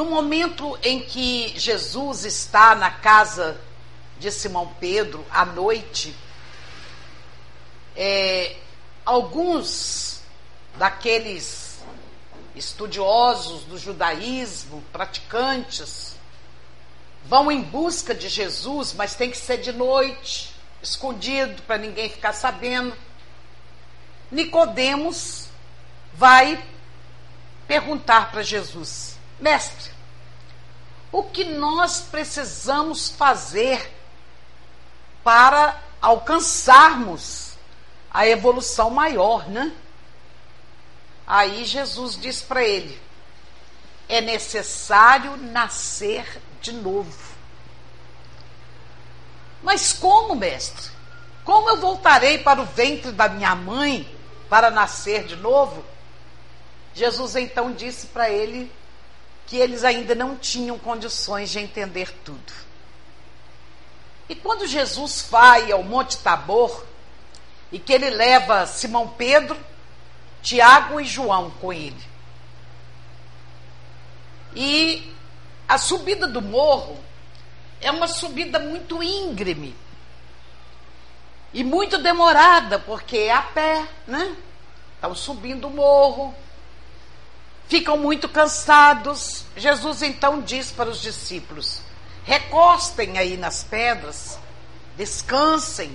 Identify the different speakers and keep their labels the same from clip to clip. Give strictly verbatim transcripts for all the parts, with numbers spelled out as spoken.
Speaker 1: momento em que Jesus está na casa de Simão Pedro, à noite, é, alguns daqueles estudiosos do judaísmo, praticantes, vão em busca de Jesus, mas tem que ser de noite, escondido, para ninguém ficar sabendo. Nicodemos vai perguntar para Jesus: mestre, o que nós precisamos fazer para alcançarmos a evolução maior, né? Aí Jesus diz para ele: é necessário nascer de novo. Mas como, mestre? Como eu voltarei para o ventre da minha mãe para nascer de novo? Jesus então disse para ele que eles ainda não tinham condições de entender tudo. E quando Jesus vai ao Monte Tabor, e que ele leva Simão Pedro, Tiago e João com ele, e a subida do morro é uma subida muito íngreme e muito demorada, porque é a pé, né? Estão subindo o morro, ficam muito cansados. Jesus então diz para os discípulos: recostem aí nas pedras, descansem,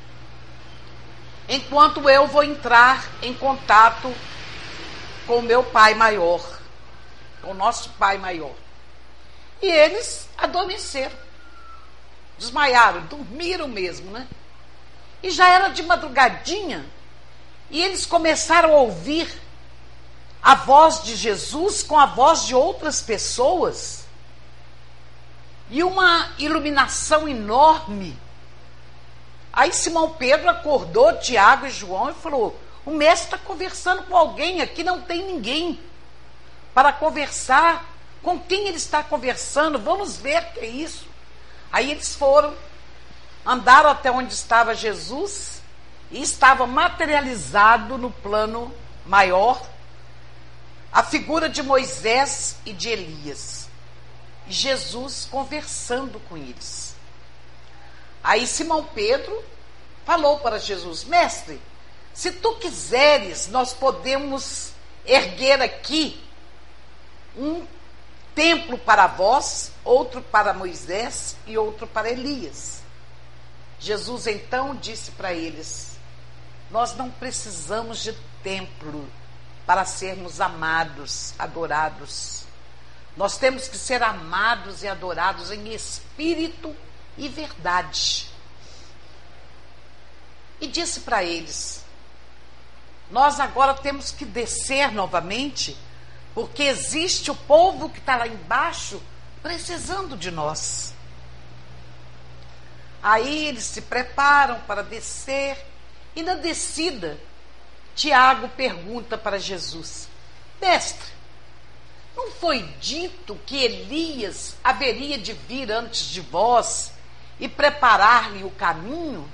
Speaker 1: enquanto eu vou entrar em contato com o meu Pai maior, com o nosso Pai maior. E eles adormeceram, desmaiaram, dormiram mesmo, né? E já era de madrugadinha, e eles começaram a ouvir a voz de Jesus com a voz de outras pessoas, e uma iluminação enorme. Aí Simão Pedro acordou Tiago e João e falou: o mestre está conversando com alguém, aqui não tem ninguém para conversar. Com quem ele está conversando? Vamos ver o que é isso. Aí eles foram, andaram até onde estava Jesus, e estava materializado no plano maior a figura de Moisés e de Elias, e Jesus conversando com eles. Aí Simão Pedro falou para Jesus: mestre, se tu quiseres, nós podemos erguer aqui um templo para vós, outro para Moisés e outro para Elias. Jesus então disse para eles: nós não precisamos de templo para sermos amados, adorados. Nós temos que ser amados e adorados em espírito e verdade. E disse para eles: nós agora temos que descer novamente, porque existe o povo que está lá embaixo precisando de nós. Aí eles se preparam para descer, e na descida, Tiago pergunta para Jesus: mestre, não foi dito que Elias haveria de vir antes de vós e preparar-lhe o caminho?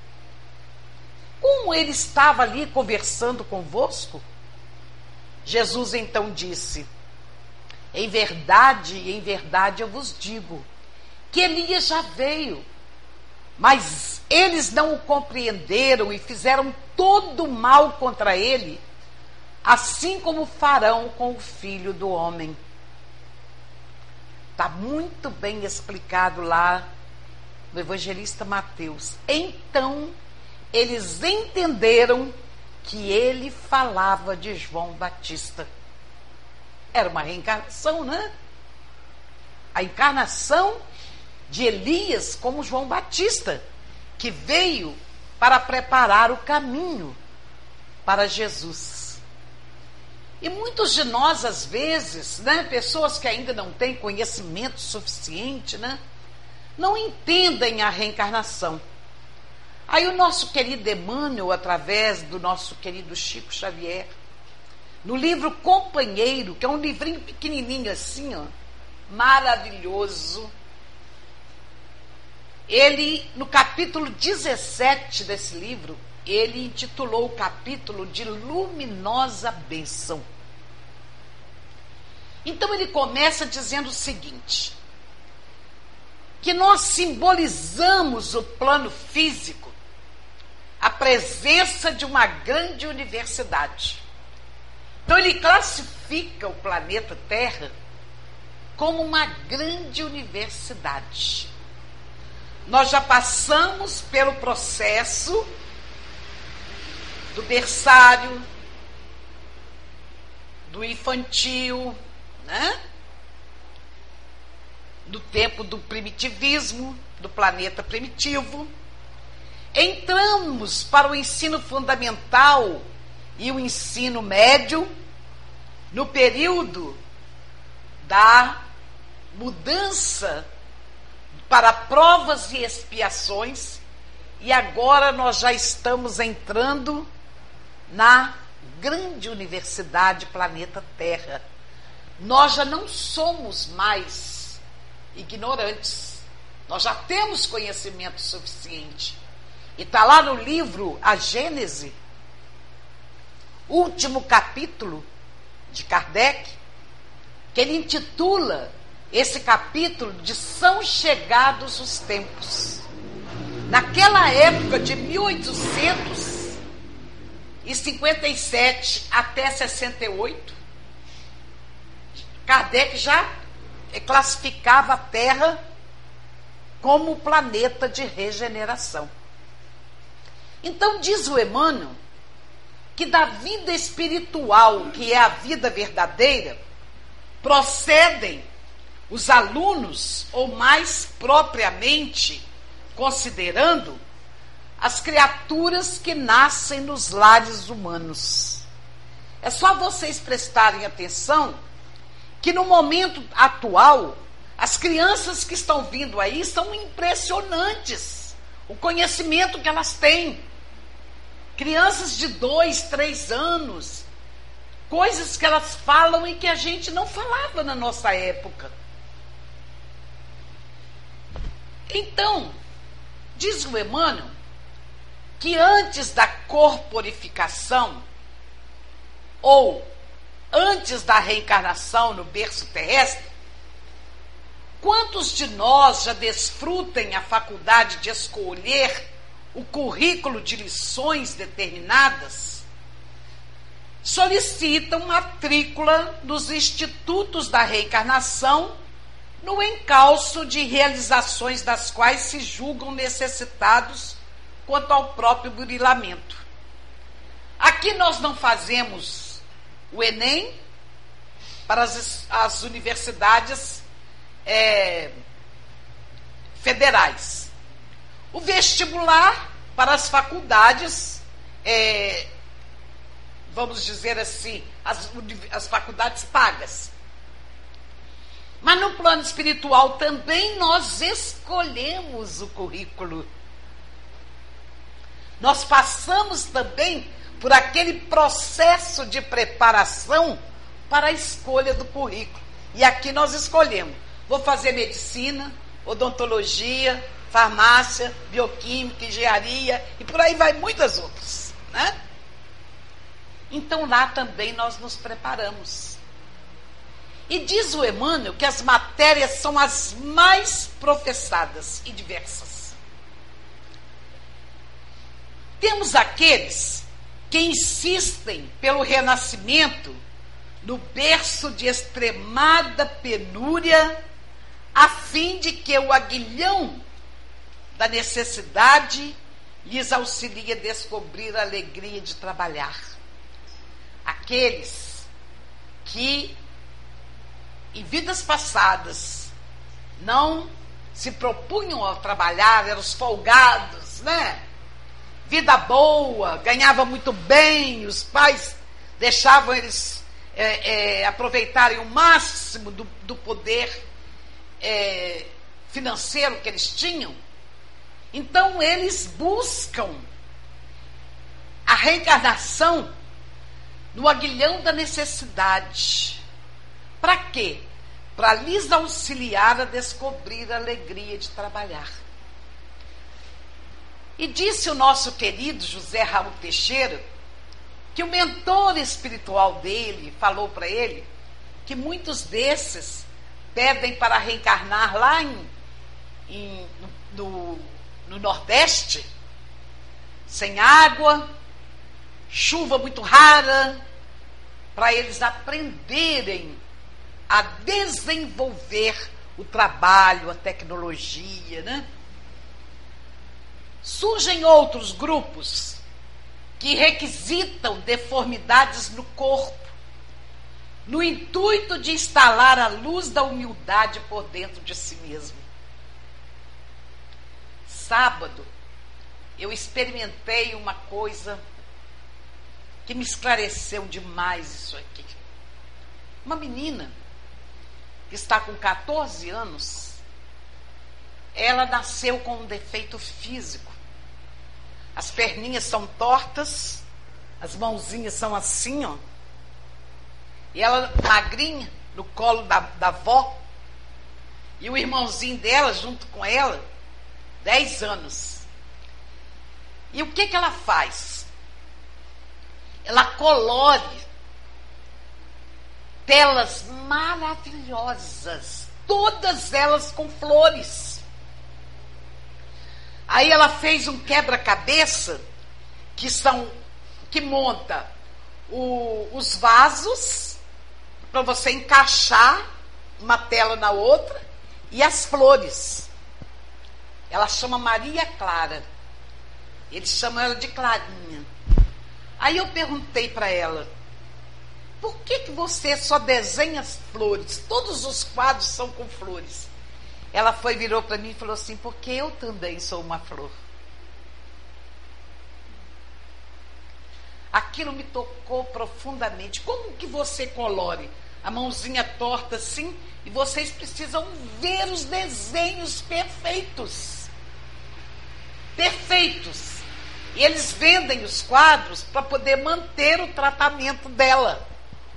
Speaker 1: Como ele estava ali conversando convosco? Jesus então disse: em verdade, em verdade eu vos digo, que Elias já veio, mas eles não o compreenderam e fizeram todo o mal contra ele, assim como farão com o Filho do Homem. Está muito bem explicado lá no evangelista Mateus. Então, eles entenderam que ele falava de João Batista. Era uma reencarnação, né? A encarnação de Elias como João Batista, que veio para preparar o caminho para Jesus. E muitos de nós, às vezes, né, pessoas que ainda não têm conhecimento suficiente, né, não entendem a reencarnação. Aí o nosso querido Emmanuel, através do nosso querido Chico Xavier, no livro Companheiro, que é um livrinho pequenininho assim, ó, maravilhoso, ele, no capítulo dezessete desse livro, ele intitulou o capítulo de Luminosa Bênção. Então ele começa dizendo o seguinte, que nós simbolizamos o plano físico, a presença de uma grande universidade. Então ele classifica o planeta Terra como uma grande universidade. Nós já passamos pelo processo do berçário, do infantil, né? Do tempo do primitivismo, do planeta primitivo. Entramos para o ensino fundamental e o ensino médio no período da mudança para provas e expiações, e agora nós já estamos entrando na grande universidade planeta Terra. Nós já não somos mais ignorantes, nós já temos conhecimento suficiente. E está lá no livro A Gênese, último capítulo de Kardec, que ele intitula esse capítulo de São Chegados os Tempos. Naquela época de mil oitocentos e cinquenta e sete até sessenta e oito, Kardec já classificava a Terra como planeta de regeneração. Então diz o Emmanuel que da vida espiritual, que é a vida verdadeira, procedem os alunos, ou mais propriamente considerando as criaturas que nascem nos lares humanos. É só vocês prestarem atenção que no momento atual, as crianças que estão vindo aí são impressionantes, o conhecimento que elas têm. Crianças de dois, três anos, coisas que elas falam e que a gente não falava na nossa época. Então, diz o Emmanuel que antes da corporificação, ou antes da reencarnação no berço terrestre, quantos de nós já desfrutem a faculdade de escolher o currículo de lições determinadas, solicitam matrícula nos institutos da reencarnação no encalço de realizações das quais se julgam necessitados quanto ao próprio burilamento. Aqui nós não fazemos o Enem para as, as universidades é, federais. O vestibular para as faculdades, é, vamos dizer assim, as, as faculdades pagas. Mas no plano espiritual também nós escolhemos o currículo. Nós passamos também por aquele processo de preparação para a escolha do currículo. E aqui nós escolhemos. Vou fazer medicina, odontologia, farmácia, bioquímica, engenharia e por aí vai muitas outras, né? Então lá também nós nos preparamos. E diz o Emmanuel que as matérias são as mais professadas e diversas. Temos aqueles que insistem pelo renascimento no berço de extremada penúria, a fim de que o aguilhão da necessidade lhes auxilie a descobrir a alegria de trabalhar. Aqueles que em vidas passadas não se propunham a trabalhar, eram os folgados, né? Vida boa, ganhava muito bem, os pais deixavam eles é, é, aproveitarem o máximo do, do poder é, financeiro que eles tinham. Então eles buscam a reencarnação no aguilhão da necessidade. Para quê? Para lhes auxiliar a descobrir a alegria de trabalhar. E disse o nosso querido José Raul Teixeira que o mentor espiritual dele falou para ele que muitos desses pedem para reencarnar lá em, em, no, no Nordeste, sem água, chuva muito rara, para eles aprenderem a desenvolver o trabalho, a tecnologia, né? Surgem outros grupos que requisitam deformidades no corpo, no intuito de instalar a luz da humildade por dentro de si mesmo. Sábado, eu experimentei uma coisa que me esclareceu demais isso aqui. Uma menina que está com catorze anos, ela nasceu com um defeito físico. As perninhas são tortas, as mãozinhas são assim, ó. E ela magrinha, no colo da, da avó. E o irmãozinho dela, junto com ela, dez anos. E o que que ela faz? Ela colore telas maravilhosas, todas elas com flores. Aí ela fez um quebra-cabeça que são que monta o, os vasos para você encaixar uma tela na outra e as flores. Ela chama Maria Clara. Eles chamam ela de Clarinha. Aí eu perguntei para ela: por que que você só desenha as flores? Todos os quadros são com flores. Ela foi, virou para mim e falou assim: porque eu também sou uma flor. Aquilo me tocou profundamente. Como que você colore a mãozinha torta assim, e vocês precisam ver os desenhos perfeitos. Perfeitos. E eles vendem os quadros para poder manter o tratamento dela.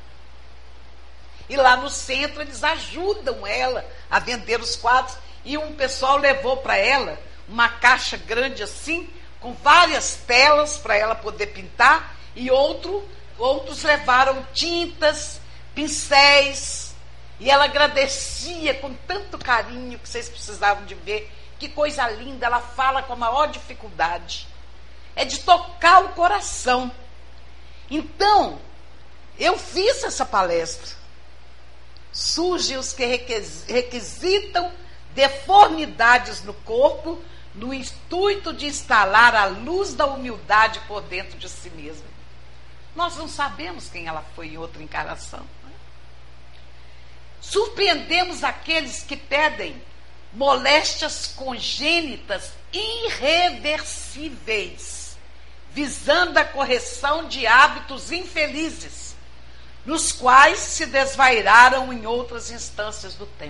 Speaker 1: E lá no centro eles ajudam ela a vender os quadros. E um pessoal levou para ela uma caixa grande assim, com várias telas para ela poder pintar. E outro, outros levaram tintas, pincéis. E ela agradecia com tanto carinho que vocês precisavam de ver. Que coisa linda, ela fala com a maior dificuldade. É de tocar o coração. Então, eu fiz essa palestra. Surgem os que requisitam deformidades no corpo, no intuito de instalar a luz da humildade por dentro de si mesmo. Nós não sabemos quem ela foi em outra encarnação. Né? Surpreendemos aqueles que pedem moléstias congênitas irreversíveis, visando a correção de hábitos infelizes, nos quais se desvairaram em outras instâncias do tempo.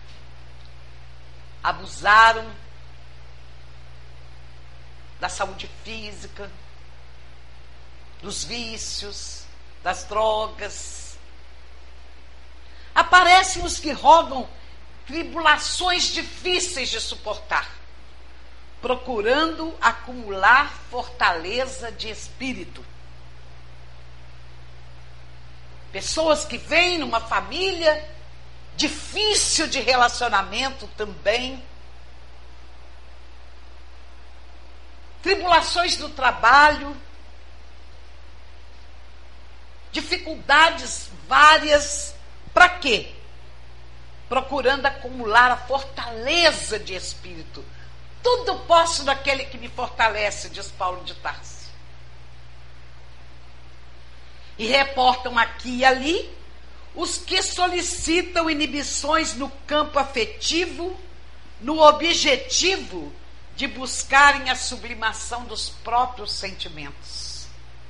Speaker 1: Abusaram da saúde física, dos vícios, das drogas. Aparecem os que rogam tribulações difíceis de suportar, procurando acumular fortaleza de espírito. Pessoas que vêm numa família difícil de relacionamento também. Tribulações no trabalho. Dificuldades várias. Para quê? Procurando acumular a fortaleza de espírito. Tudo posso naquele que me fortalece, diz Paulo de Tarso. E reportam aqui e ali os que solicitam inibições no campo afetivo, no objetivo de buscarem a sublimação dos próprios sentimentos.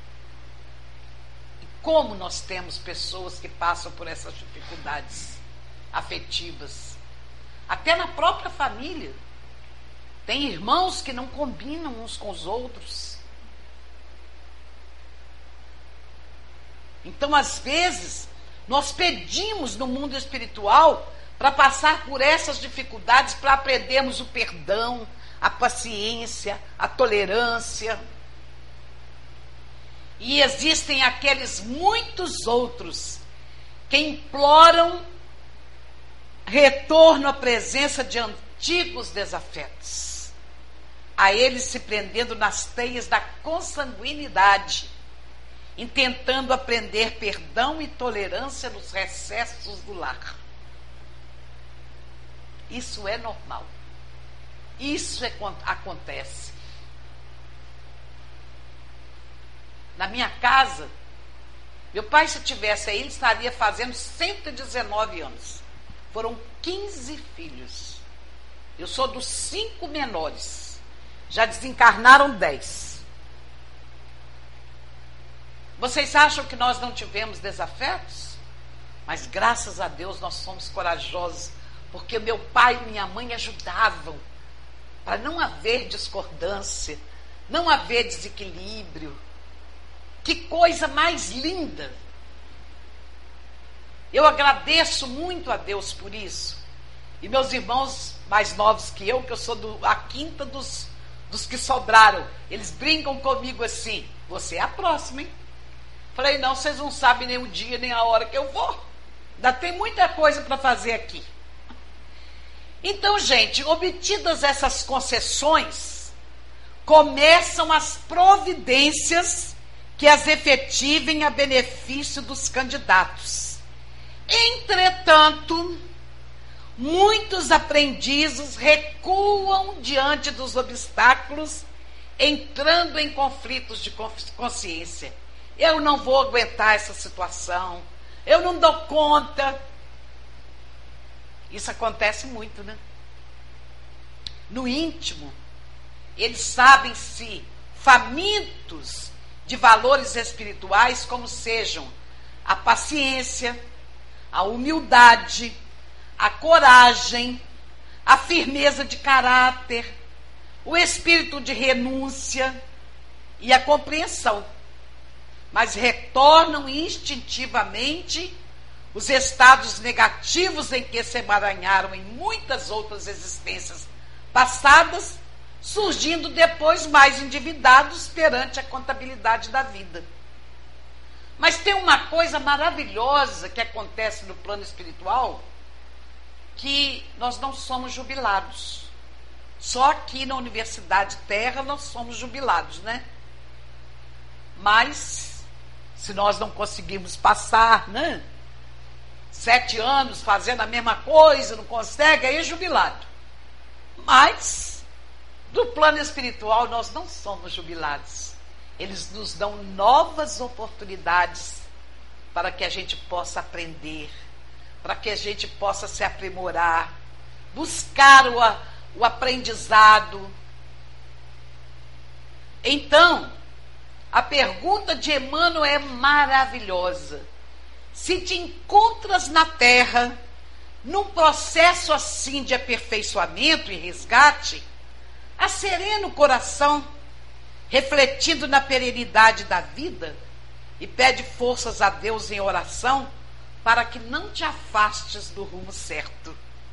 Speaker 1: E como nós temos pessoas que passam por essas dificuldades afetivas, até na própria família. Tem irmãos que não combinam uns com os outros. Então, às vezes, nós pedimos no mundo espiritual para passar por essas dificuldades, para aprendermos o perdão, a paciência, a tolerância. E existem aqueles muitos outros que imploram retorno à presença de antigos desafetos, a eles se prendendo nas teias da consanguinidade, intentando aprender perdão e tolerância nos recessos do lar. Isso é normal. Isso é quando acontece. Na minha casa, meu pai, se tivesse aí, ele estaria fazendo cento e dezenove anos. Foram quinze filhos. Eu sou dos cinco menores. Já desencarnaram dez. Vocês acham que nós não tivemos desafetos? Mas graças a Deus nós somos corajosos, porque meu pai e minha mãe ajudavam para não haver discordância, não haver desequilíbrio. Que coisa mais linda! Eu agradeço muito a Deus por isso. E meus irmãos mais novos que eu, que eu sou do, a quinta dos, dos que sobraram, eles brincam comigo assim: você é a próxima, hein? Falei, não, vocês não sabem nem o dia, nem a hora que eu vou. Ainda tem muita coisa para fazer aqui. Então, gente, obtidas essas concessões, começam as providências que as efetivem a benefício dos candidatos. Entretanto, muitos aprendizes recuam diante dos obstáculos, entrando em conflitos de consciência. Eu não vou aguentar essa situação, eu não dou conta. Isso acontece muito, né? No íntimo, eles sabem-se famintos de valores espirituais, como sejam a paciência, a humildade, a coragem, a firmeza de caráter, o espírito de renúncia e a compreensão. Mas retornam instintivamente os estados negativos em que se emaranharam em muitas outras existências passadas, surgindo depois mais endividados perante a contabilidade da vida. Mas tem uma coisa maravilhosa que acontece no plano espiritual, que nós não somos jubilados. Só aqui na Universidade Terra nós somos jubilados, né? Mas, se nós não conseguirmos passar, né? Sete anos fazendo a mesma coisa, não consegue, aí é jubilado. Mas, do plano espiritual, nós não somos jubilados. Eles nos dão novas oportunidades para que a gente possa aprender, para que a gente possa se aprimorar, buscar o, o aprendizado. Então, a pergunta de Emmanuel é maravilhosa. Se te encontras na Terra, num processo assim de aperfeiçoamento e resgate, acerena o coração, refletindo na perenidade da vida, e pede forças a Deus em oração para que não te afastes do rumo certo.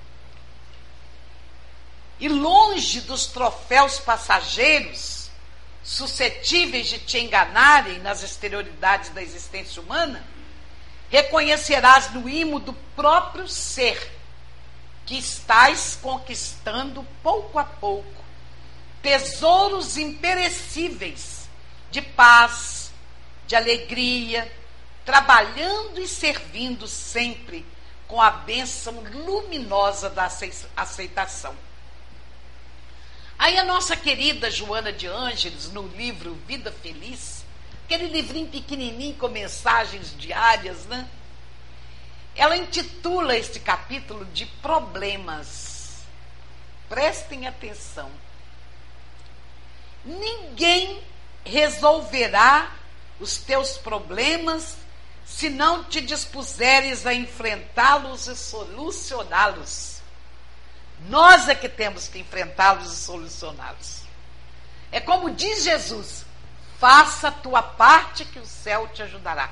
Speaker 1: E longe dos troféus passageiros, suscetíveis de te enganarem nas exterioridades da existência humana, reconhecerás no imo do próprio ser que estás conquistando pouco a pouco tesouros imperecíveis de paz, de alegria, trabalhando e servindo sempre com a bênção luminosa da aceitação. Aí a nossa querida Joana de Ângeles, no livro Vida Feliz, aquele livrinho pequenininho com mensagens diárias, né? Ela intitula este capítulo de Problemas. Prestem atenção. Ninguém resolverá os teus problemas se não te dispuseres a enfrentá-los e solucioná-los. Nós é que temos que enfrentá-los e solucioná-los. É como diz Jesus: faça a tua parte que o céu te ajudará.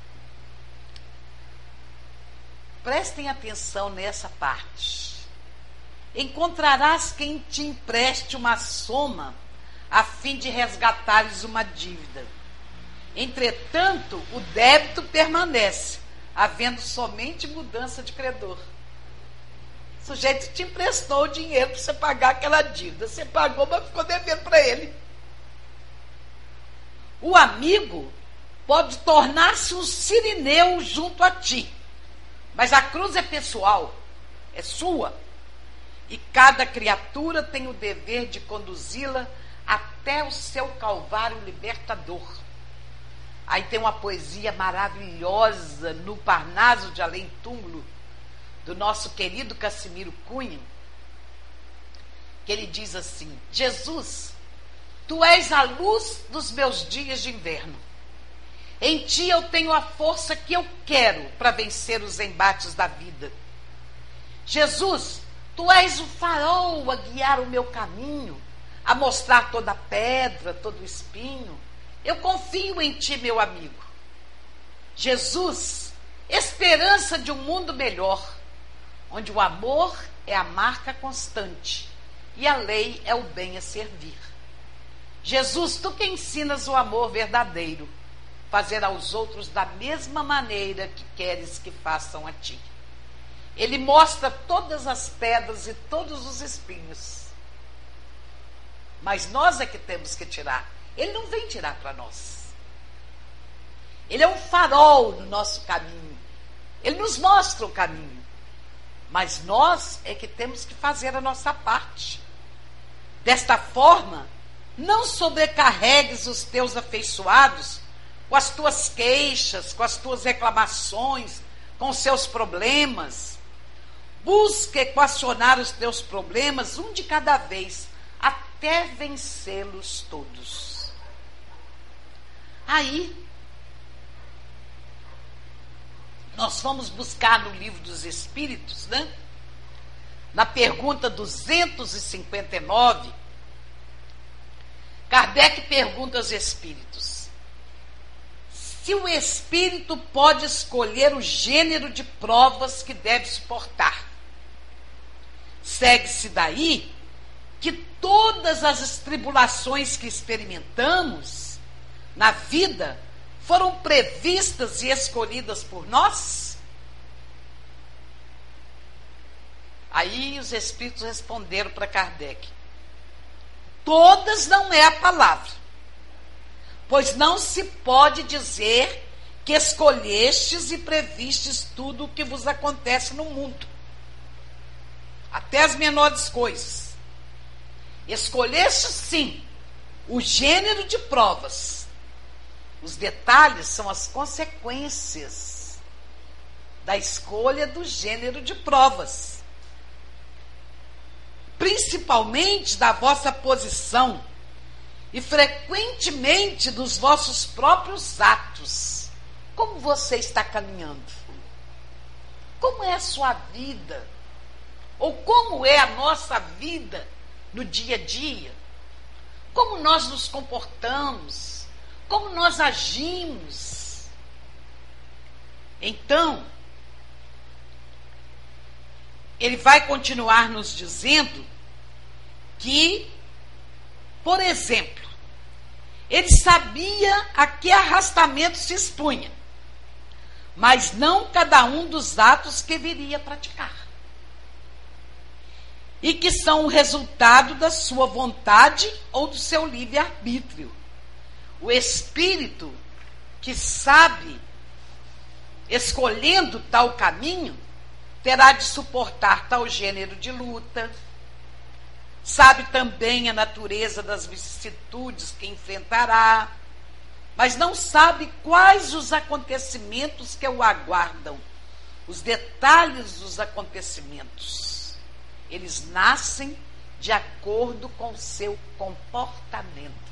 Speaker 1: Prestem atenção nessa parte. Encontrarás quem te empreste uma soma a fim de resgatares uma dívida. Entretanto, o débito permanece, havendo somente mudança de credor. O sujeito te emprestou o dinheiro para você pagar aquela dívida. Você pagou, mas ficou devendo para ele. O amigo pode tornar-se um sirineu junto a ti, mas a cruz é pessoal, é sua, e cada criatura tem o dever de conduzi-la até o seu calvário libertador. Aí tem uma poesia maravilhosa no Parnaso de Além Túmulo, do nosso querido Cassimiro Cunha, que ele diz assim: Jesus, tu és a luz dos meus dias de inverno. Em ti eu tenho a força que eu quero para vencer os embates da vida. Jesus, tu és o farol a guiar o meu caminho, a mostrar toda pedra, todo espinho. Eu confio em ti, meu amigo. Jesus, esperança de um mundo melhor, onde o amor é a marca constante e a lei é o bem a servir. Jesus, tu que ensinas o amor verdadeiro, fazer aos outros da mesma maneira que queres que façam a ti. Ele mostra todas as pedras e todos os espinhos, mas nós é que temos que tirar. Ele não vem tirar para nós. Ele é um farol no nosso caminho. Ele nos mostra o caminho. Mas nós é que temos que fazer a nossa parte. Desta forma, não sobrecarregues os teus afeiçoados com as tuas queixas, com as tuas reclamações, com os seus problemas. Busca equacionar os teus problemas, um de cada vez, até vencê-los todos. Aí, nós vamos buscar no Livro dos Espíritos, né? Na pergunta duzentos e cinquenta e nove, Kardec pergunta aos espíritos: se o espírito pode escolher o gênero de provas que deve suportar, segue-se daí que todas as tribulações que experimentamos na vida foram previstas e escolhidas por nós? Aí os espíritos responderam para Kardec: todas não é a palavra, pois não se pode dizer que escolhestes e previstes tudo o que vos acontece no mundo, até as menores coisas. Escolheste sim o gênero de provas. Os detalhes são as consequências da escolha do gênero de provas, principalmente da vossa posição e frequentemente dos vossos próprios atos. Como você está caminhando? Como é a sua vida? Ou como é a nossa vida no dia a dia? Como nós nos comportamos? Como nós agimos? Então, ele vai continuar nos dizendo que, por exemplo, ele sabia a que arrastamento se expunha, mas não cada um dos atos que viria a praticar, e que são o resultado da sua vontade ou do seu livre-arbítrio. O espírito que sabe, escolhendo tal caminho, terá de suportar tal gênero de luta, sabe também a natureza das vicissitudes que enfrentará, mas não sabe quais os acontecimentos que o aguardam, os detalhes dos acontecimentos. Eles nascem de acordo com o seu comportamento.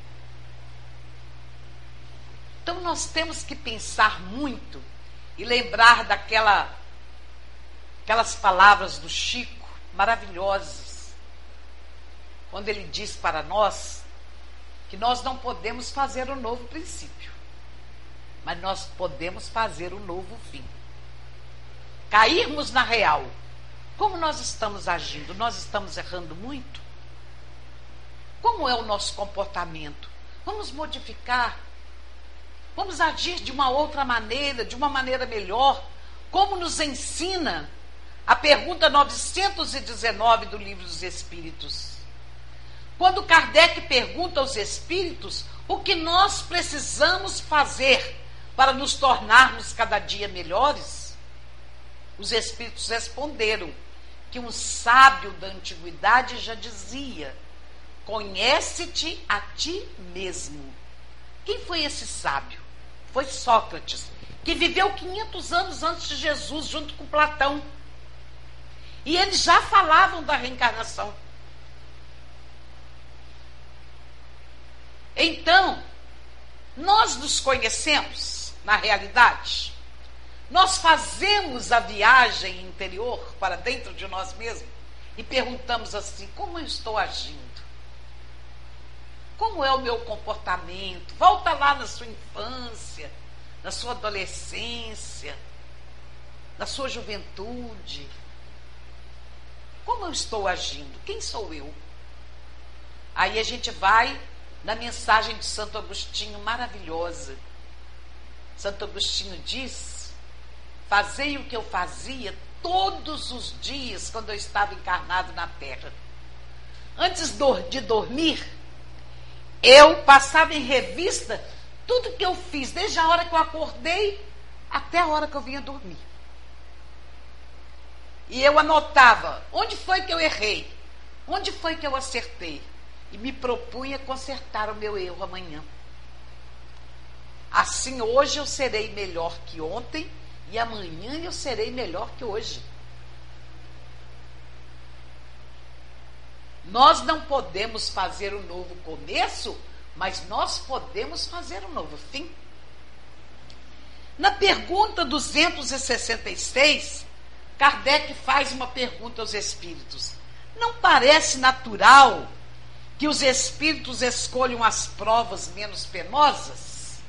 Speaker 1: Então nós temos que pensar muito e lembrar daquela, aquelas palavras do Chico, maravilhosas, quando ele diz para nós que nós não podemos fazer um novo princípio, mas nós podemos fazer um novo fim. Cairmos na real. Como nós estamos agindo? Nós estamos errando muito? Como é o nosso comportamento? Vamos modificar. Vamos agir de uma outra maneira, de uma maneira melhor, como nos ensina a pergunta novecentos e dezenove do Livro dos Espíritos. Quando Kardec pergunta aos espíritos o que nós precisamos fazer para nos tornarmos cada dia melhores, os espíritos responderam que um sábio da antiguidade já dizia: conhece-te a ti mesmo. Quem foi esse sábio? Foi Sócrates, que viveu quinhentos anos antes de Jesus, junto com Platão. E eles já falavam da reencarnação. Então, nós nos conhecemos na realidade. Nós fazemos a viagem interior para dentro de nós mesmos e perguntamos assim: como eu estou agindo? Como é o meu comportamento? Volta lá na sua infância, na sua adolescência, na sua juventude. Como eu estou agindo? Quem sou eu? Aí a gente vai na mensagem de Santo Agostinho, maravilhosa. Santo Agostinho diz: fazei o que eu fazia todos os dias quando eu estava encarnado na Terra. Antes de dormir, eu passava em revista tudo que eu fiz, desde a hora que eu acordei até a hora que eu vinha dormir. E eu anotava onde foi que eu errei, onde foi que eu acertei, e me propunha consertar o meu erro amanhã. Assim, hoje eu serei melhor que ontem e amanhã eu serei melhor que hoje. Nós não podemos fazer um novo começo, mas nós podemos fazer um novo fim. Na pergunta duzentos e sessenta e seis, Kardec faz uma pergunta aos espíritos: não parece natural que os espíritos escolham as provas menos penosas?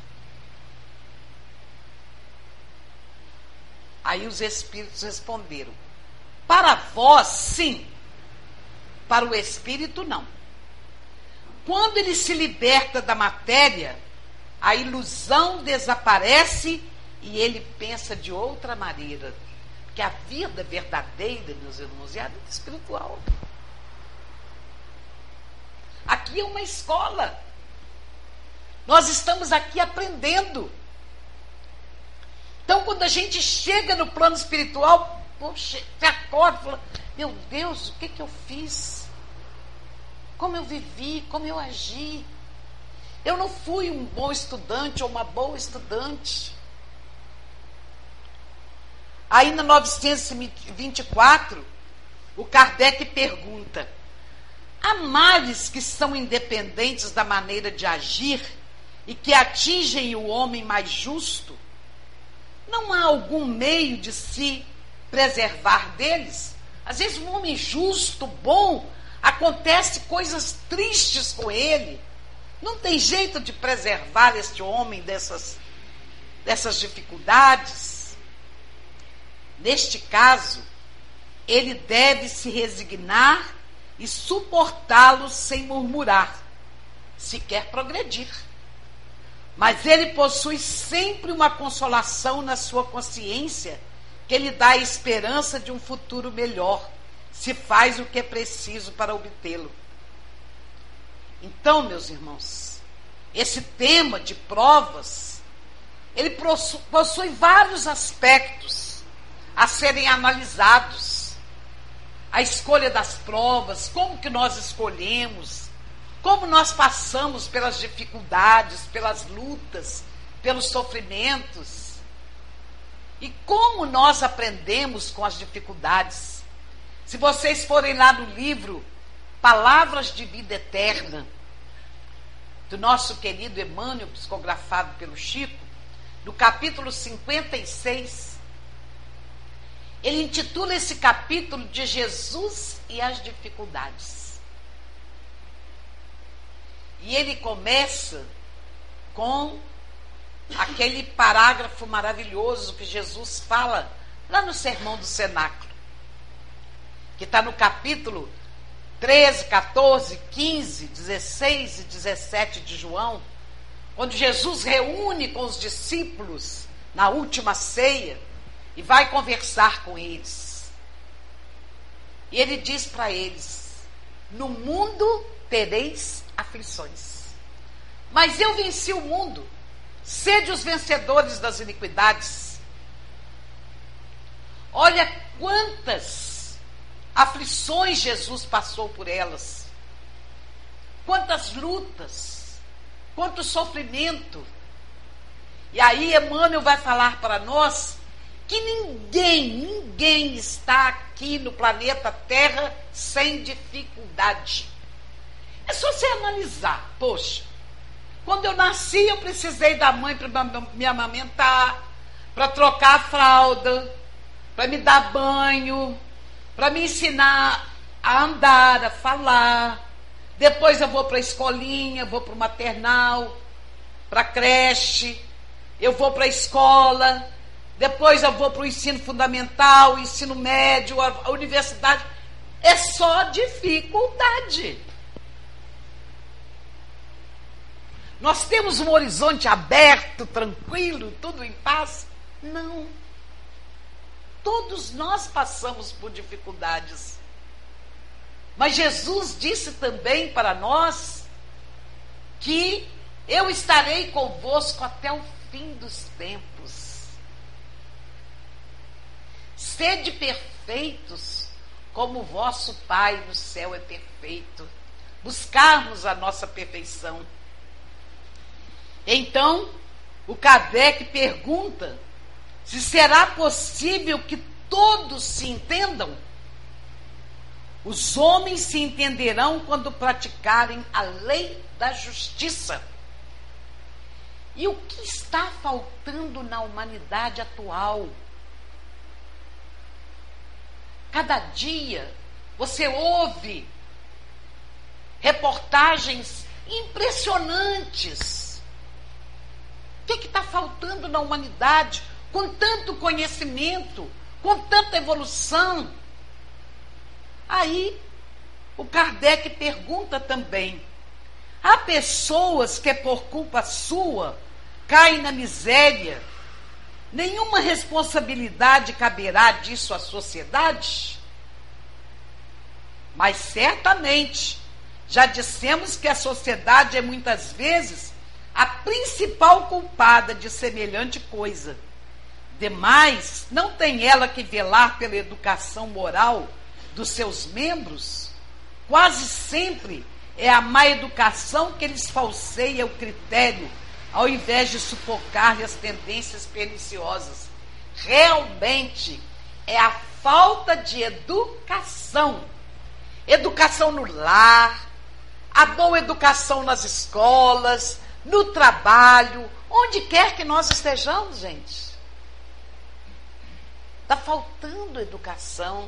Speaker 1: Aí os espíritos responderam: para vós, sim. Para o espírito, não. Quando ele se liberta da matéria, a ilusão desaparece e ele pensa de outra maneira. Porque a vida verdadeira, meus irmãos, é a vida espiritual. Aqui é uma escola. Nós estamos aqui aprendendo. Então, quando a gente chega no plano espiritual, poxa, você acorda e fala: meu Deus, o que, que eu fiz? Como eu vivi, como eu agi? Eu não fui um bom estudante ou uma boa estudante. Aí, na novecentos e vinte e quatro, o Kardec pergunta: há males que são independentes da maneira de agir e que atingem o homem mais justo? Não há algum meio de se preservar deles? Às vezes um homem justo, bom, acontece coisas tristes com ele. Não tem jeito de preservar este homem dessas, dessas dificuldades. Neste caso, ele deve se resignar e suportá-lo sem murmurar, se quer progredir. Mas ele possui sempre uma consolação na sua consciência que lhe dá a esperança de um futuro melhor, se faz o que é preciso para obtê-lo. Então, meus irmãos, esse tema de provas, ele possui vários aspectos a serem analisados. A escolha das provas, como que nós escolhemos, como nós passamos pelas dificuldades, pelas lutas, pelos sofrimentos, e como nós aprendemos com as dificuldades. Se vocês forem lá no livro Palavras de Vida Eterna, do nosso querido Emmanuel, psicografado pelo Chico, no capítulo cinquenta e seis, ele intitula esse capítulo de Jesus e as dificuldades. E ele começa com aquele parágrafo maravilhoso que Jesus fala lá no Sermão do Cenáculo, que está no capítulo treze, quatorze, quinze, dezesseis e dezessete de João, quando Jesus reúne com os discípulos na última ceia e vai conversar com eles. E ele diz para eles: no mundo tereis aflições, mas eu venci o mundo. Sede os vencedores das iniquidades. Olha quantas aflições Jesus passou por elas. Quantas lutas, quanto sofrimento. E aí Emmanuel vai falar para nós que ninguém, ninguém está aqui no planeta Terra sem dificuldade. É só você analisar. Poxa, quando eu nasci eu precisei da mãe para me amamentar, para trocar a fralda, para me dar banho, para me ensinar a andar, a falar. Depois eu vou para a escolinha, vou para o maternal, para a creche, eu vou para a escola, depois eu vou para o ensino fundamental, ensino médio, a, a universidade. É só dificuldade. Nós temos um horizonte aberto, tranquilo, tudo em paz? Não. Todos nós passamos por dificuldades. Mas Jesus disse também para nós que eu estarei convosco até o fim dos tempos. Sede perfeitos, como o vosso Pai no céu é perfeito. Buscarmos a nossa perfeição. Então, o Kardec pergunta se será possível que todos se entendam. Os homens se entenderão quando praticarem a lei da justiça. E o que está faltando na humanidade atual? Cada dia você ouve reportagens impressionantes. O que está faltando na humanidade com tanto conhecimento, com tanta evolução? Aí, o Kardec pergunta também: há pessoas que por culpa sua caem na miséria? Nenhuma responsabilidade caberá disso à sociedade? Mas certamente, já dissemos que a sociedade é muitas vezes a principal culpada de semelhante coisa. Demais, não tem ela que velar pela educação moral dos seus membros? Quase sempre é a má educação que lhes falseia o critério, ao invés de sufocar-lhe as tendências perniciosas. Realmente é a falta de educação. Educação no lar, a boa educação nas escolas, no trabalho, onde quer que nós estejamos, gente. Está faltando educação.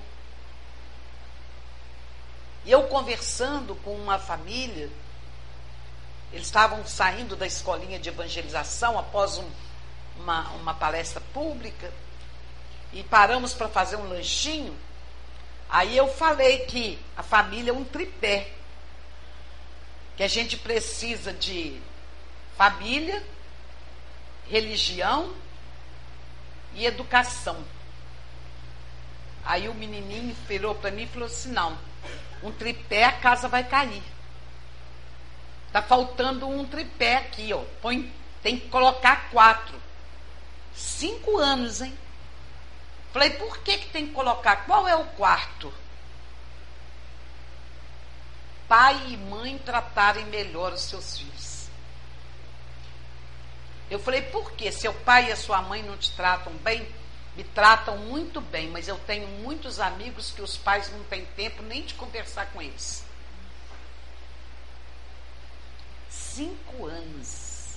Speaker 1: E eu conversando com uma família, eles estavam saindo da escolinha de evangelização após um, uma, uma palestra pública, e paramos para fazer um lanchinho. Aí eu falei que a família é um tripé, que a gente precisa de família, religião e educação. Aí o menininho virou para mim e falou assim: não, um tripé, a casa vai cair. Está faltando um tripé aqui, ó. Põe, tem que colocar quatro. Cinco anos, hein? Falei: por que que tem que colocar? Qual é o quarto? Pai e mãe tratarem melhor os seus filhos. Eu falei: por quê? Seu pai e a sua mãe não te tratam bem? Me tratam muito bem, mas eu tenho muitos amigos que os pais não têm tempo nem de conversar com eles. Cinco anos.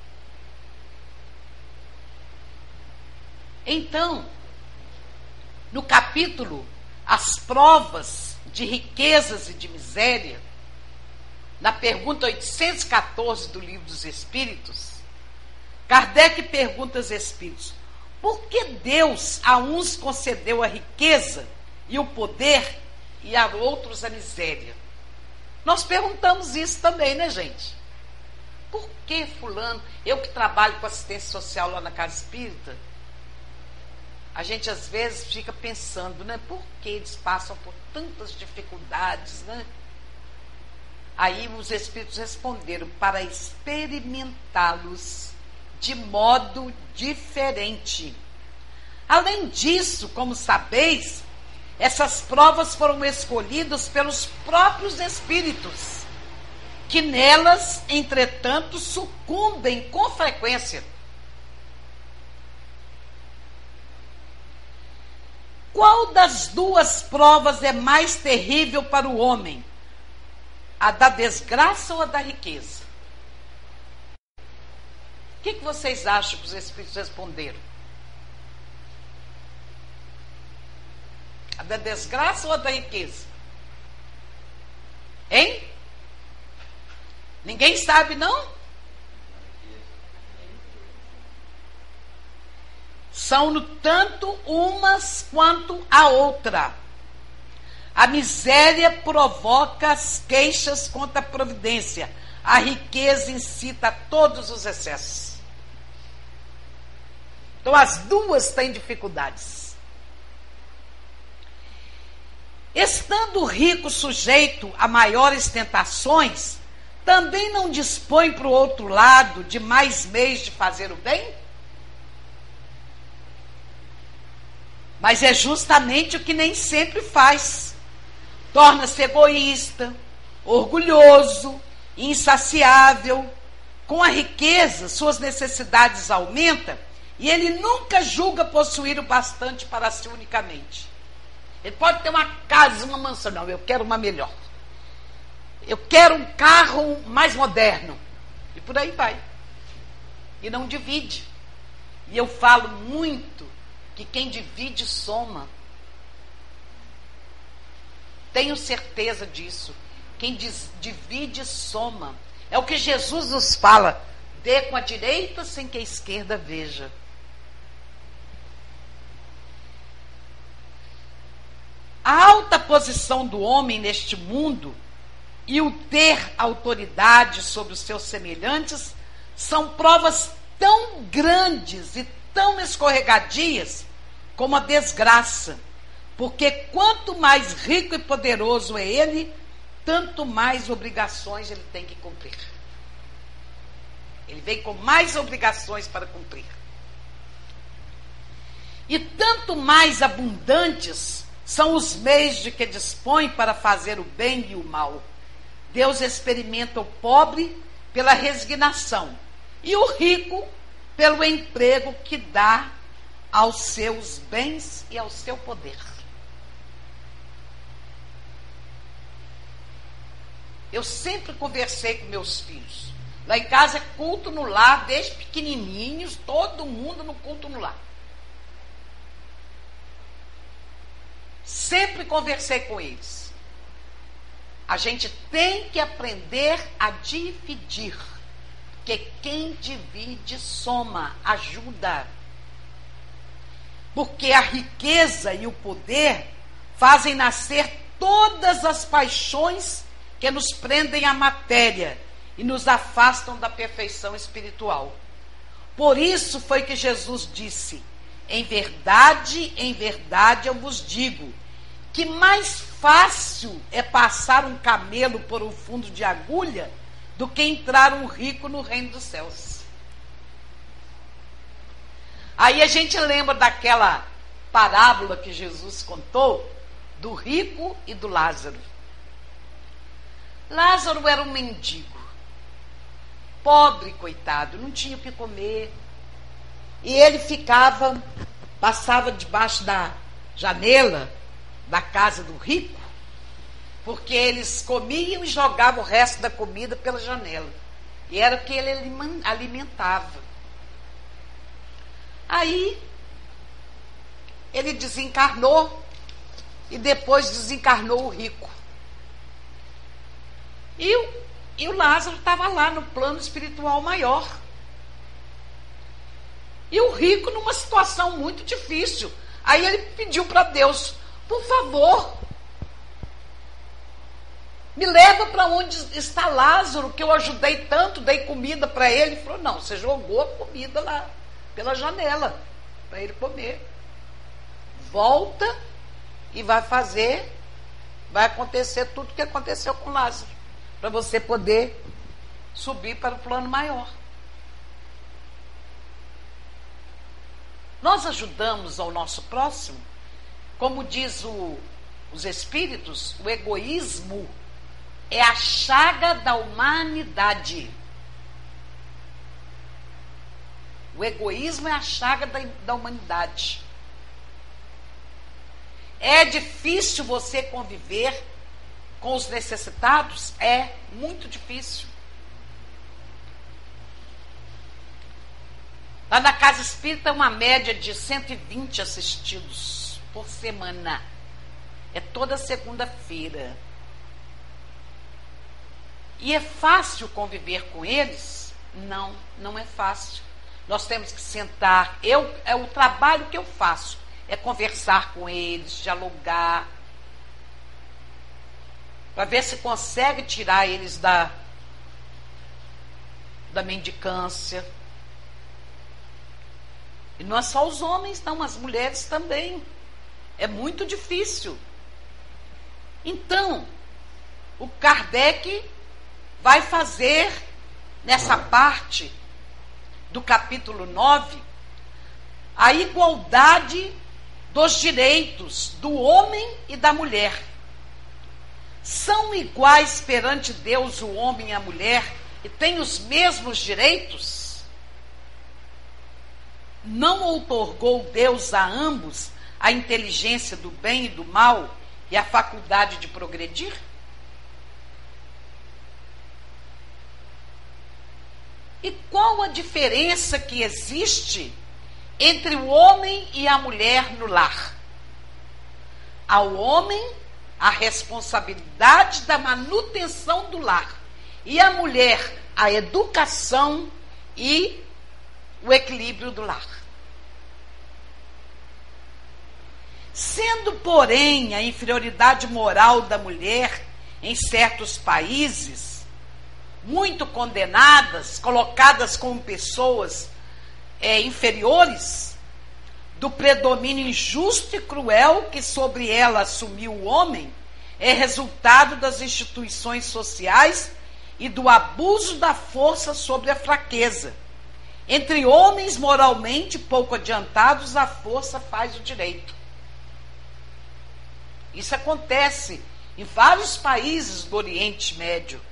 Speaker 1: Então, no capítulo As Provas de Riquezas e de Miséria, na pergunta oitocentos e catorze do Livro dos Espíritos, Kardec pergunta aos Espíritos: por que Deus a uns concedeu a riqueza e o poder e a outros a miséria? Nós perguntamos isso também, né, gente? Por que fulano? Eu que trabalho com assistência social lá na Casa Espírita, a gente às vezes fica pensando, né? Por que eles passam por tantas dificuldades, né? Aí os Espíritos responderam: para experimentá-los de modo diferente. Além disso, como sabeis, essas provas foram escolhidas pelos próprios Espíritos, que nelas, entretanto, sucumbem com frequência. Qual das duas provas é mais terrível para o homem? A da desgraça ou a da riqueza? O que, que vocês acham que os Espíritos responderam? A da desgraça ou a da riqueza? Hein? Ninguém sabe, não? São no tanto umas quanto a outra. A miséria provoca as queixas contra a providência. A riqueza incita todos os excessos. Então as duas têm dificuldades. Estando o rico sujeito a maiores tentações, também não dispõe, para o outro lado, de mais meios de fazer o bem? Mas é justamente o que nem sempre faz. Torna-se egoísta, orgulhoso, insaciável. Com a riqueza, suas necessidades aumentam e ele nunca julga possuir o bastante para si unicamente. Ele pode ter uma casa, uma mansão. Não, eu quero uma melhor. Eu quero um carro mais moderno. E por aí vai. E não divide. E eu falo muito que quem divide soma. Tenho certeza disso. Quem diz, divide soma. É o que Jesus nos fala. Dê com a direita sem que a esquerda veja. A alta posição do homem neste mundo e o ter autoridade sobre os seus semelhantes são provas tão grandes e tão escorregadias como a desgraça, porque quanto mais rico e poderoso é ele, tanto mais obrigações ele tem que cumprir. Ele vem com mais obrigações para cumprir. E tanto mais abundantes são os meios de que dispõe para fazer o bem e o mal. Deus experimenta o pobre pela resignação e o rico pelo emprego que dá aos seus bens e ao seu poder. Eu sempre conversei com meus filhos. Lá em casa é culto no lar, desde pequenininhos, todo mundo no culto no lar. Sempre conversei com eles. A gente tem que aprender a dividir. Porque quem divide soma, ajuda. Porque a riqueza e o poder fazem nascer todas as paixões que nos prendem à matéria e nos afastam da perfeição espiritual. Por isso foi que Jesus disse: em verdade, em verdade eu vos digo, que mais fácil é passar um camelo por um fundo de agulha do que entrar um rico no reino dos céus. Aí a gente lembra daquela parábola que Jesus contou do rico e do Lázaro. Lázaro era um mendigo, pobre, coitado, não tinha o que comer. E ele ficava, passava debaixo da janela da casa do rico, porque eles comiam e jogavam o resto da comida pela janela. E era o que ele alimentava. Aí, ele desencarnou e depois desencarnou o rico. E o, e o Lázaro estava lá no plano espiritual maior. E o rico numa situação muito difícil. Aí ele pediu para Deus: por favor, Me leva para onde está Lázaro, que eu ajudei tanto, dei comida para ele. Ele falou, não, você jogou a comida lá pela janela para ele comer. Volta e vai fazer, vai acontecer tudo o que aconteceu com Lázaro, para você poder subir para o plano maior. Nós ajudamos ao nosso próximo, como diz o, os espíritos, o egoísmo é a chaga da humanidade. O egoísmo é a chaga da, da humanidade. É difícil você conviver com os necessitados? É muito difícil. Lá na Casa Espírita, uma média de cento e vinte assistidos por semana. É toda segunda-feira. E é fácil conviver com eles? Não, não é fácil. Nós temos que sentar. Eu, é o trabalho que eu faço. É conversar com eles, dialogar, para ver se consegue tirar eles da, da mendicância. E não é só os homens, não, as mulheres também. É muito difícil. Então, o Kardec vai fazer, nessa parte do capítulo nove, a igualdade dos direitos do homem e da mulher. São iguais perante Deus o homem e a mulher e têm os mesmos direitos? Não outorgou Deus a ambos a inteligência do bem e do mal e a faculdade de progredir? E qual a diferença que existe entre o homem e a mulher no lar? Ao homem, a responsabilidade da manutenção do lar, e a mulher, a educação e o equilíbrio do lar. Sendo, porém, a inferioridade moral da mulher em certos países muito condenadas, colocadas como pessoas é, inferiores, do predomínio injusto e cruel que sobre ela assumiu o homem, é resultado das instituições sociais e do abuso da força sobre a fraqueza. Entre homens moralmente pouco adiantados, a força faz o direito. Isso acontece em vários países do Oriente Médio.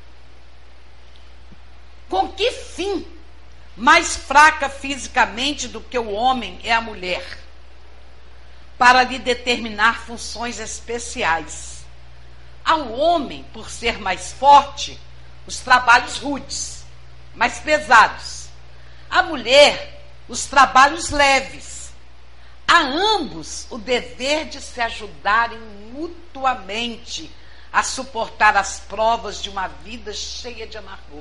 Speaker 1: Com que fim? Mais fraca fisicamente do que o homem é a mulher, para lhe determinar funções especiais. Ao homem, por ser mais forte, os trabalhos rudes, mais pesados. À mulher, os trabalhos leves. A ambos o dever de se ajudarem mutuamente a suportar as provas de uma vida cheia de amargor.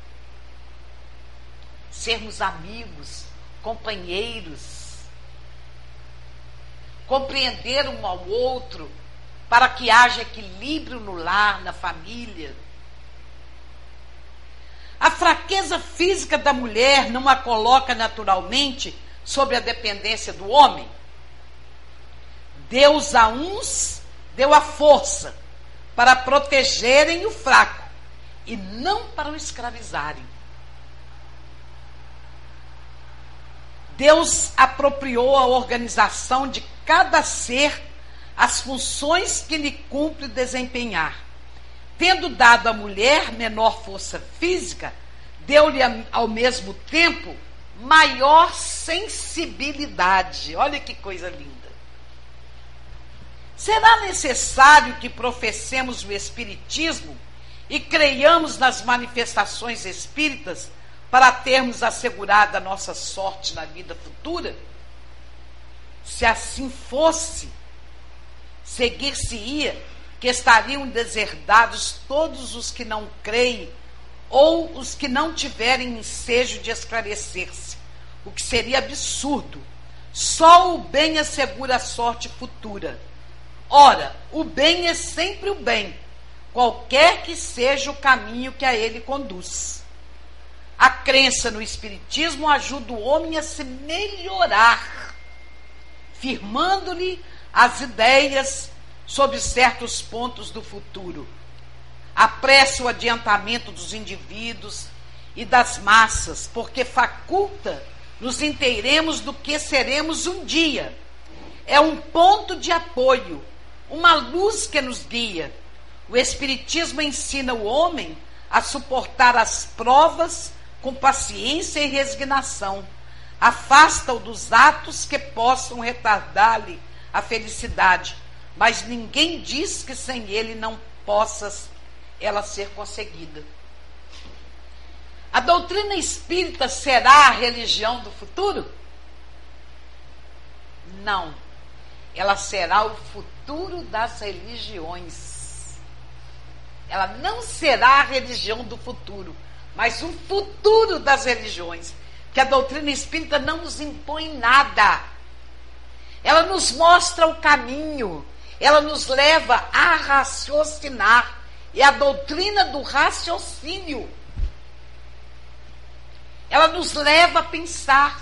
Speaker 1: Sermos amigos, companheiros, compreender um ao outro, para que haja equilíbrio no lar, na família. A fraqueza física da mulher não a coloca naturalmente sob a dependência do homem. Deus a uns deu a força para protegerem o fraco e não para o escravizarem. Deus apropriou a organização de cada ser as funções que lhe cumpre desempenhar. Tendo dado à mulher menor força física, deu-lhe ao mesmo tempo maior sensibilidade. Olha que coisa linda. Será necessário que professemos o espiritismo e creiamos nas manifestações espíritas para termos assegurada a nossa sorte na vida futura? Se assim fosse, seguir-se-ia que estariam deserdados todos os que não creem ou os que não tiverem ensejo de esclarecer-se, o que seria absurdo. Só o bem assegura a sorte futura. Ora, o bem é sempre o bem, qualquer que seja o caminho que a ele conduz. A crença no Espiritismo ajuda o homem a se melhorar, firmando-lhe as ideias sobre certos pontos do futuro. Apressa o adiantamento dos indivíduos e das massas, porque faculta nos inteiremos do que seremos um dia. É um ponto de apoio, uma luz que nos guia. O Espiritismo ensina o homem a suportar as provas com paciência e resignação. Afasta-o dos atos que possam retardar-lhe a felicidade, mas ninguém diz que sem ele não possa ela ser conseguida. A doutrina espírita será a religião do futuro? Não. Ela será o futuro das religiões. Ela não será a religião do futuro, mas o futuro das religiões. Porque a doutrina espírita não nos impõe nada. Ela nos mostra o caminho. Ela nos leva a raciocinar. É a doutrina do raciocínio. Ela nos leva a pensar.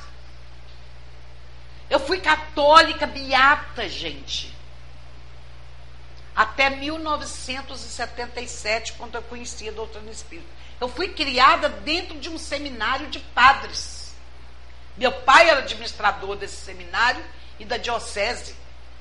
Speaker 1: Eu fui católica beata, gente. Até mil novecentos e setenta e sete, quando eu conheci a doutrina espírita. Eu fui criada dentro de um seminário de padres. Meu pai era administrador desse seminário e da diocese.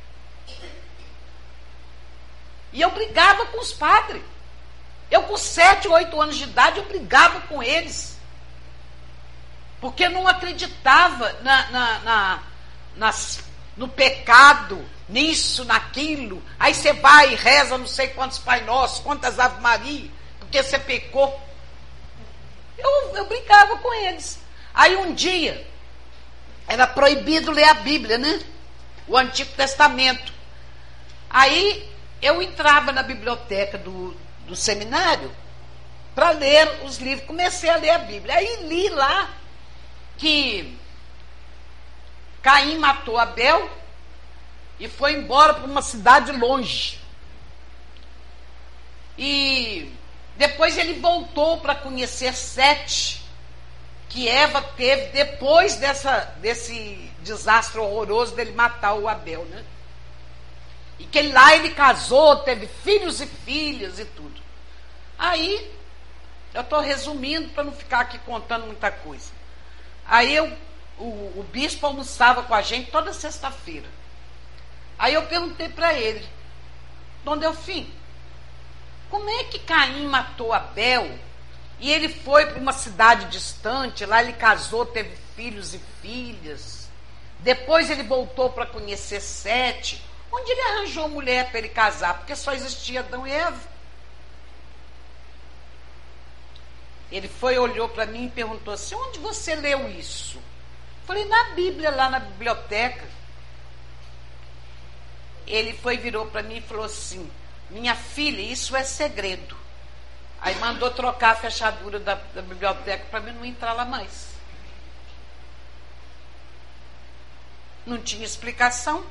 Speaker 1: E eu brigava com os padres. Eu, com sete, oito anos de idade, eu brigava com eles. Porque eu não acreditava na, na, na, nas, no pecado, nisso, naquilo. Aí você vai e reza não sei quantos Pai Nossos, quantas Ave Maria, porque você pecou. Eu, eu brincava com eles. Aí um dia, era proibido ler a Bíblia, né? O Antigo Testamento. Aí eu entrava na biblioteca do, do seminário para ler os livros. Comecei a ler a Bíblia. Aí li lá que Caim matou Abel e foi embora para uma cidade longe. E depois ele voltou para conhecer Sete, que Eva teve depois dessa, desse desastre horroroso dele matar o Abel, né? E que lá ele casou, teve filhos e filhas e tudo. Aí, eu estou resumindo para não ficar aqui contando muita coisa. Aí eu, o, o bispo almoçava com a gente toda sexta-feira. Aí eu perguntei para ele, Dom Delfim, como é que Caim matou Abel e ele foi para uma cidade distante, lá ele casou, teve filhos e filhas, depois ele voltou para conhecer Sete, onde ele arranjou mulher para ele casar, porque só existia Adão e Eva. Ele foi, olhou para mim e perguntou assim, onde você leu isso? Falei, na Bíblia, lá na biblioteca. Ele foi, virou para mim e falou assim, minha filha, isso é segredo. Aí mandou trocar a fechadura da, da biblioteca para mim não entrar lá mais. Não tinha explicação.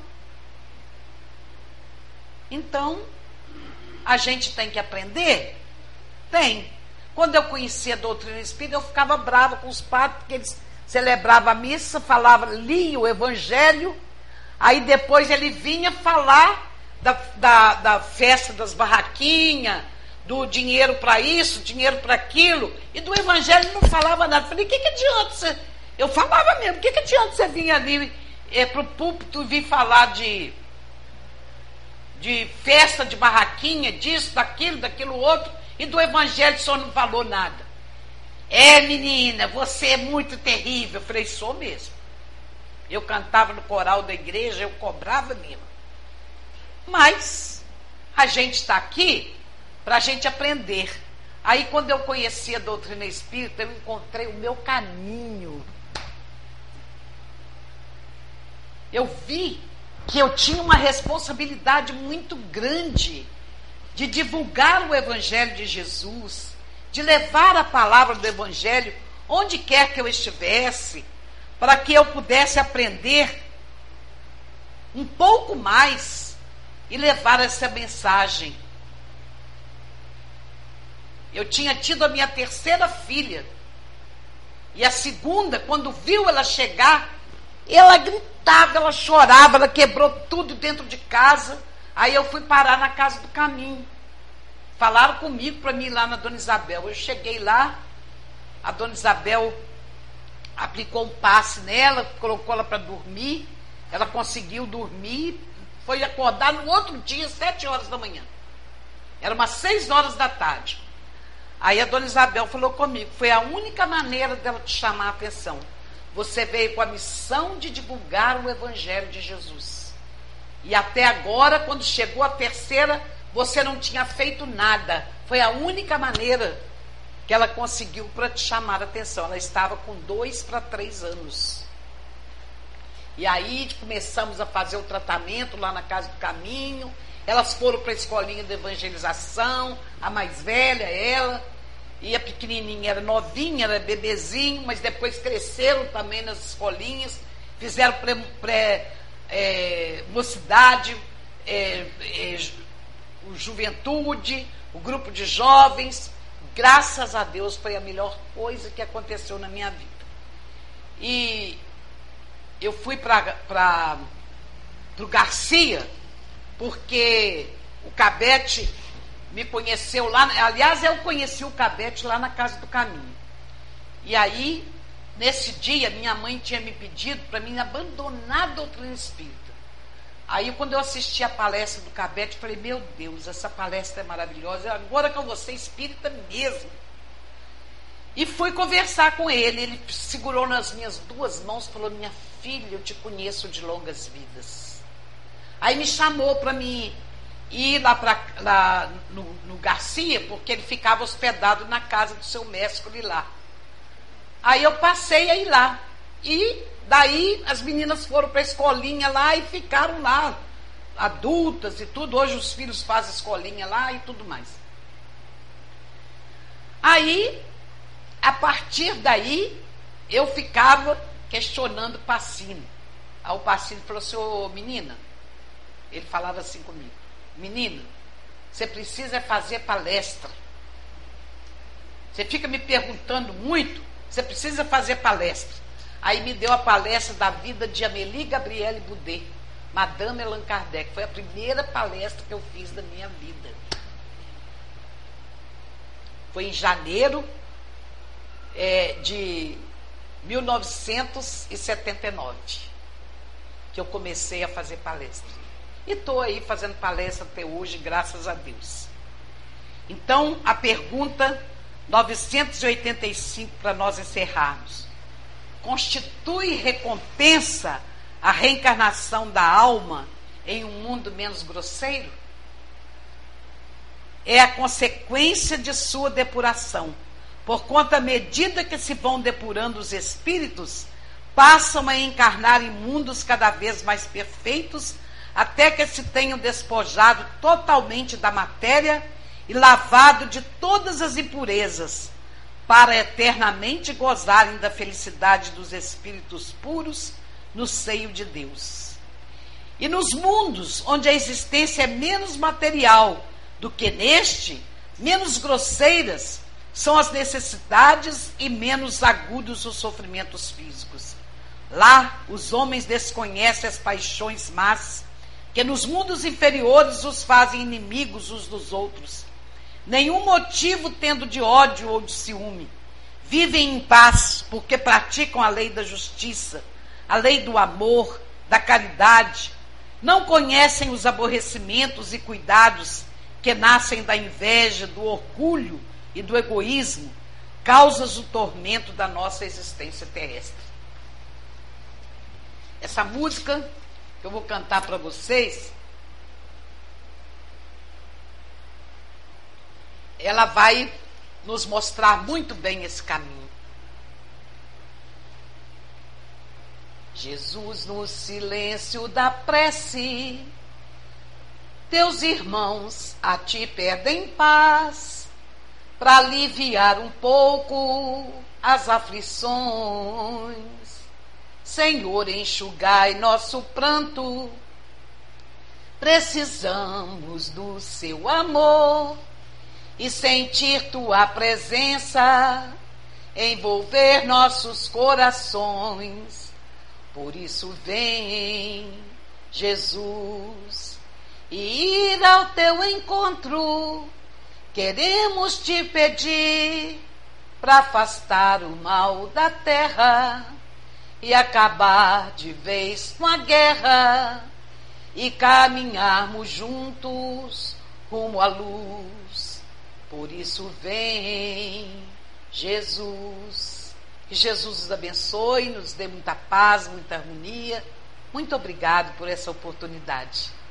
Speaker 1: Então, a gente tem que aprender? Tem. Quando eu conhecia a doutrina espírita, eu ficava brava com os padres, porque eles celebravam a missa, falavam, liam o evangelho, aí depois ele vinha falar da, da, da festa das barraquinhas, do dinheiro para isso, dinheiro para aquilo, e do evangelho não falava nada. Eu falei, o que, que adianta você... Eu falava mesmo, o que, que adianta você vir ali é, para o púlpito e vir falar de... de festa de barraquinha, disso, daquilo, daquilo outro, e do evangelho só não falou nada. É, menina, você é muito terrível. Eu falei, sou mesmo. Eu cantava no coral da igreja, eu cobrava mesmo. Mas a gente está aqui para a gente aprender. Aí quando eu conheci a doutrina espírita, eu encontrei o meu caminho. Eu vi que eu tinha uma responsabilidade muito grande de divulgar o Evangelho de Jesus, de levar a palavra do Evangelho onde quer que eu estivesse, para que eu pudesse aprender um pouco mais e levar essa mensagem. Eu tinha tido a minha terceira filha. E a segunda, quando viu ela chegar, ela gritava, ela chorava, ela quebrou tudo dentro de casa. Aí eu fui parar na Casa do Caminho. Falaram comigo para mim ir lá na Dona Isabel. Eu cheguei lá, a Dona Isabel aplicou um passe nela, colocou ela para dormir. Ela conseguiu dormir, foi acordar no outro dia, sete horas da manhã. Era umas seis horas da tarde. Aí a Dona Isabel falou comigo, foi a única maneira dela te chamar a atenção. Você veio com a missão de divulgar o Evangelho de Jesus. E até agora, quando chegou a terceira, você não tinha feito nada. Foi a única maneira que ela conseguiu para te chamar a atenção. Ela estava com dois para três anos. E aí começamos a fazer o tratamento lá na Casa do Caminho. Elas foram para a escolinha de evangelização, a mais velha, ela, e a pequenininha era novinha, era bebezinho, mas depois cresceram também nas escolinhas, fizeram pré, pré, é, mocidade, é, é, juventude, o grupo de jovens. Graças a Deus foi a melhor coisa que aconteceu na minha vida. E eu fui para o Garcia, porque o Cabete me conheceu lá, aliás, eu conheci o Cabete lá na Casa do Caminho. E aí, nesse dia, minha mãe tinha me pedido para mim abandonar a doutrina espírita. Aí, quando eu assisti a palestra do Cabete, falei, meu Deus, essa palestra é maravilhosa, agora que eu vou ser espírita mesmo. E fui conversar com ele, ele segurou nas minhas duas mãos e falou, minha filha, eu te conheço de longas vidas. Aí me chamou para mim ir lá, pra, lá no, no Garcia, porque ele ficava hospedado na casa do seu mestre lá. Aí eu passei a ir lá. E daí as meninas foram para a escolinha lá e ficaram lá, adultas e tudo. Hoje os filhos fazem escolinha lá e tudo mais. Aí, a partir daí, eu ficava questionando o Pacini. Aí o Pacini falou assim, ô menina, ele falava assim comigo, menina, você precisa fazer palestra. Você fica me perguntando muito, você precisa fazer palestra. Aí me deu a palestra da vida de Amélie Gabrielle Boudet, Madame Allan Kardec. Foi a primeira palestra que eu fiz da minha vida. Foi em janeiro é, de mil novecentos e setenta e nove que eu comecei a fazer palestra. E estou aí fazendo palestra até hoje, graças a Deus. Então, a pergunta novecentos e oitenta e cinco, para nós encerrarmos. Constitui recompensa a reencarnação da alma em um mundo menos grosseiro? É a consequência de sua depuração. Porquanto, à medida que se vão depurando os espíritos, passam a encarnar em mundos cada vez mais perfeitos, até que se tenham despojado totalmente da matéria e lavado de todas as impurezas, para eternamente gozarem da felicidade dos espíritos puros no seio de Deus. E nos mundos onde a existência é menos material do que neste, menos grosseiras são as necessidades e menos agudos os sofrimentos físicos. Lá, os homens desconhecem as paixões más, que nos mundos inferiores os fazem inimigos uns dos outros. Nenhum motivo tendo de ódio ou de ciúme. Vivem em paz, porque praticam a lei da justiça, a lei do amor, da caridade. Não conhecem os aborrecimentos e cuidados que nascem da inveja, do orgulho e do egoísmo, causas do tormento da nossa existência terrestre. Essa música que eu vou cantar para vocês, ela vai nos mostrar muito bem esse caminho. Jesus, no silêncio da prece, teus irmãos a ti pedem paz, para aliviar um pouco as aflições. Senhor, enxugai nosso pranto, precisamos do seu amor. e sentir tua presença envolver nossos corações. Por isso vem, Jesus, e ir ao teu encontro. Queremos te pedir para afastar o mal da terra e acabar de vez com a guerra e caminharmos juntos rumo à luz. Por isso vem, Jesus. Que Jesus nos abençoe, nos dê muita paz, muita harmonia. Muito obrigado por essa oportunidade.